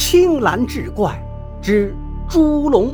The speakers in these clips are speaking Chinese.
青蓝志怪之猪龙。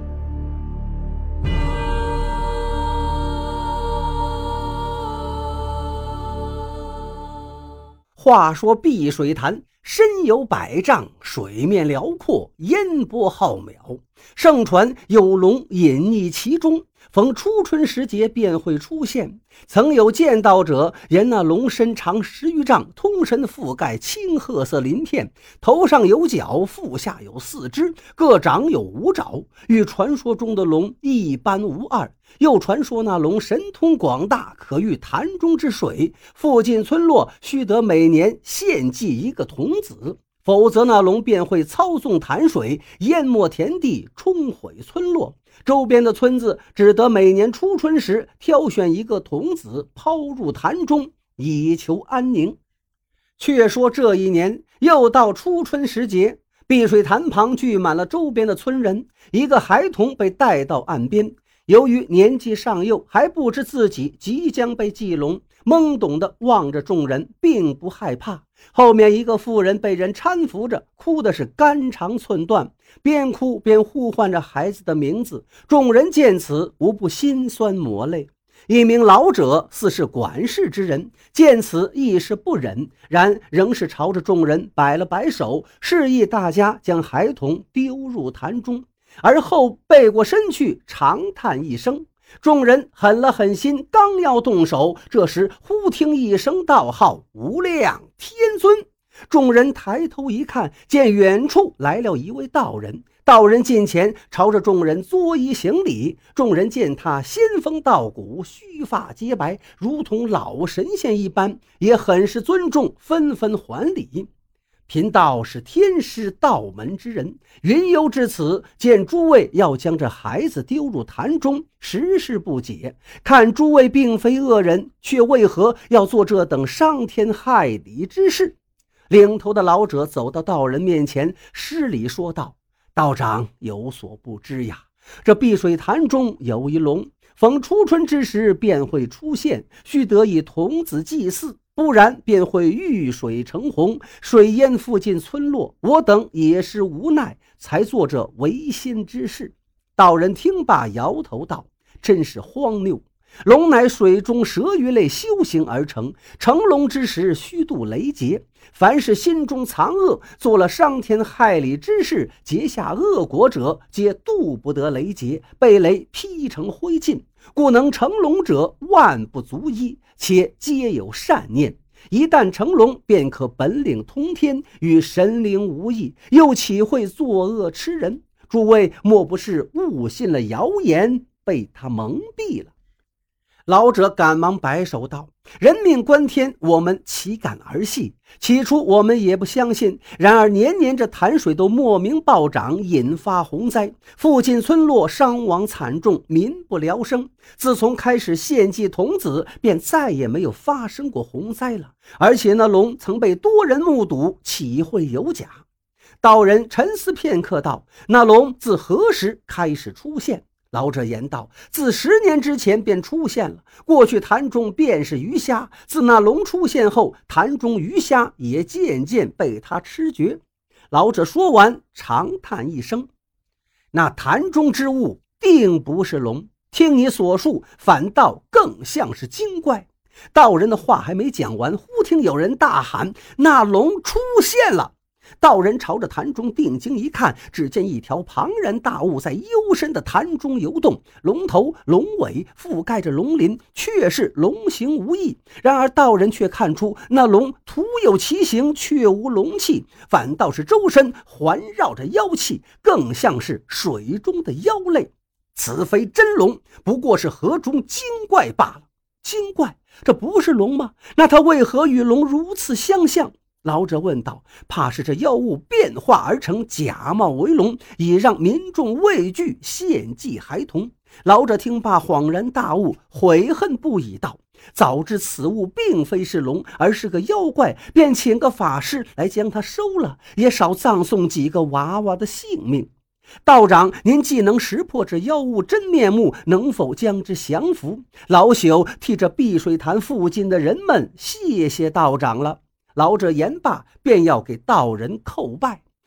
话说碧水潭深有100丈，水面辽阔，烟波浩渺，盛传有龙隐匿其中，逢初春时节便会出现。曾有见到者言那龙身长10余丈，通身覆盖青褐色鳞片，头上有角，腹下有4肢，各长有5爪，与传说中的龙一般无二。又传说那龙神通广大，可遇潭中之水，附近村落须得每年献祭一个童子，否则那龙便会操纵潭水，淹没田地，冲毁村落。周边的村子只得每年初春时挑选一个童子抛入潭中，以求安宁。却说这一年又到初春时节，碧水潭旁聚满了周边的村人，一个孩童被带到岸边，由于年纪尚幼，还不知自己即将被祭龙，懵懂地望着众人，并不害怕。后面一个妇人被人搀扶着，哭的是肝肠寸断，边哭边呼唤着孩子的名字。众人见此，无不心酸抹泪。一名老者似是管事之人，见此亦是不忍，然仍是朝着众人摆了摆手，示意大家将孩童丢入潭中，而后背过身去，长叹一声。众人狠了狠心，刚要动手，这时忽听一声道号：“无量天尊！”众人抬头一看，见远处来了一位道人。道人近前，朝着众人作揖行礼。众人见他仙风道骨，须发洁白，如同老神仙一般，也很是尊重，纷纷还礼。贫道是天师道门之人，云游至此，见诸位要将这孩子丢入潭中，实是不解。看诸位并非恶人，却为何要做这等伤天害理之事？领头的老者走到道人面前，施礼说道：“道长有所不知呀，这碧水潭中有一龙，逢初春之时便会出现，须得以童子祭祀，不然便会遇水成洪，水淹附近村落。我等也是无奈，才做这违心之事。”道人听罢摇头道：“真是荒谬！龙乃水中蛇鱼类修行而成，成龙之时须渡雷劫。凡是心中藏恶，做了伤天害理之事，结下恶果者，皆渡不得雷劫，被雷劈成灰烬。故能成龙者万不足一，且皆有善念。一旦成龙，便可本领通天，与神灵无异，又岂会作恶吃人？诸位莫不是误信了谣言，被他蒙蔽了？”老者赶忙摆手道：“人命关天，我们岂敢儿戏？起初我们也不相信，然而年年这潭水都莫名暴涨，引发洪灾，附近村落伤亡惨重，民不聊生。自从开始献祭童子，便再也没有发生过洪灾了。而且那龙曾被多人目睹，岂会有假？”道人沉思片刻道：“那龙自何时开始出现？”老者言道：“自10年之前便出现了。过去潭中便是鱼虾，自那龙出现后，潭中鱼虾也渐渐被他吃绝。”老者说完，长叹一声：“那潭中之物定不是龙，听你所述，反倒更像是精怪。”道人的话还没讲完，忽听有人大喊：“那龙出现了！”道人朝着潭中定睛一看，只见一条庞然大物在幽深的潭中游动，龙头龙尾覆盖着龙鳞，确是龙形无异。然而道人却看出那龙徒有其形，却无龙气，反倒是周身环绕着妖气，更像是水中的妖类。此非真龙，不过是河中精怪罢了。精怪，这不是龙吗？那它为何与龙如此相像？老者问道：“怕是这妖物变化而成，假冒为龙，以让民众畏惧，献祭孩童。”老者听罢恍然大悟，悔恨不已道：“早知此物并非是龙，而是个妖怪，便请个法师来将它收了，也少葬送几个娃娃的性命。道长，您既能识破这妖物真面目，能否将之降服？老朽替这碧水潭附近的人们谢谢道长了。”老者言罢，便要给道人叩拜。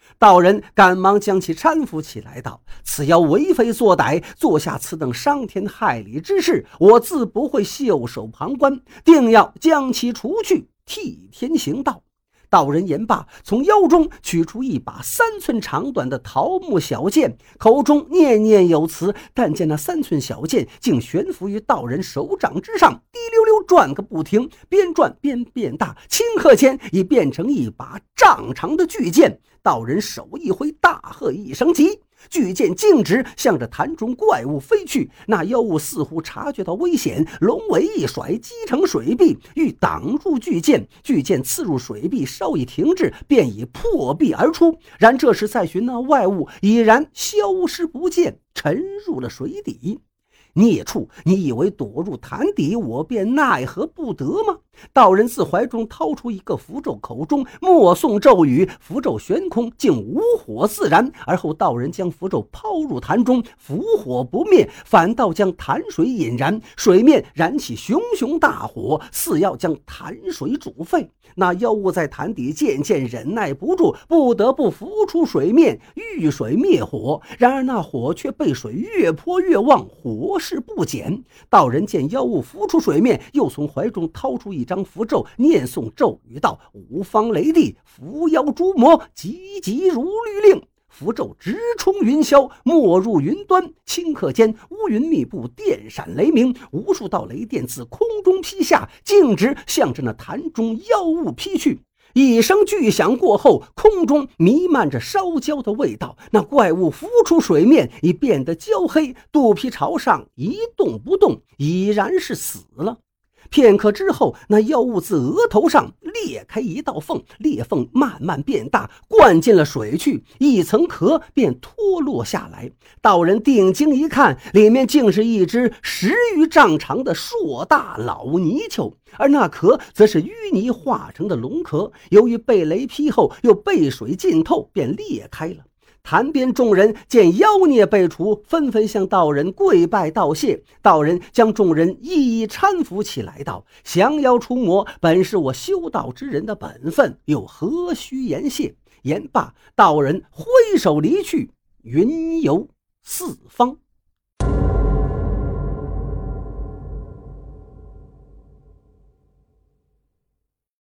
道人赶忙将其搀扶起来，道：“此妖为非作歹，做下此等伤天害理之事，我自不会袖手旁观，定要将其除去，替天行道。”道人言罢，从腰中取出一把3寸长短的桃木小剑，口中念念有词，但见那3寸小剑竟悬浮于道人手掌之上，滴溜溜转个不停，边转边变大，顷刻间已变成一把丈长的巨剑。道人手一挥，大喝一声急，巨剑径直向着坛中怪物飞去。那妖物似乎察觉到危险，龙尾一甩，击成水壁，欲挡住巨剑。巨剑刺入水壁，稍一停滞，便已破壁而出。然这时再寻那外物已然消失不见，沉入了水底。孽畜，你以为躲入坛底，我便奈何不得吗？道人自怀中掏出一个符咒，口中默诵咒语，符咒悬空，竟无火自燃。而后道人将符咒抛入坛中，符火不灭，反倒将坛水引燃，水面燃起熊熊大火，似要将坛水煮沸。那妖物在坛底渐渐忍耐不住，不得不浮出水面，遇水灭火。然而那火却被水越泼越旺，火势不减。道人见妖物浮出水面，又从怀中掏出一张符咒，念诵咒语道：“五方雷地，伏妖诸魔，急急如律令。”符咒直冲云霄，没入云端，顷刻间乌云密布，电闪雷鸣，无数道雷电自空中劈下，径直向着那坛中妖物劈去。一声巨响过后，空中弥漫着烧焦的味道，那怪物浮出水面，已变得焦黑，肚皮朝上一动不动，已然是死了。片刻之后，那妖物自额头上裂开一道缝，裂缝慢慢变大，灌进了水去，一层壳便脱落下来。道人定睛一看，里面竟是一只10余丈长的硕大老泥鳅，而那壳则是淤泥化成的龙壳，由于被雷劈后又被水浸透，便裂开了。坛边众人见妖孽被除，纷纷向道人跪拜道谢。道人将众人一一搀扶起来，道：“降妖除魔本是我修道之人的本分，又何须言谢？”言罢，道人挥手离去，云游四方。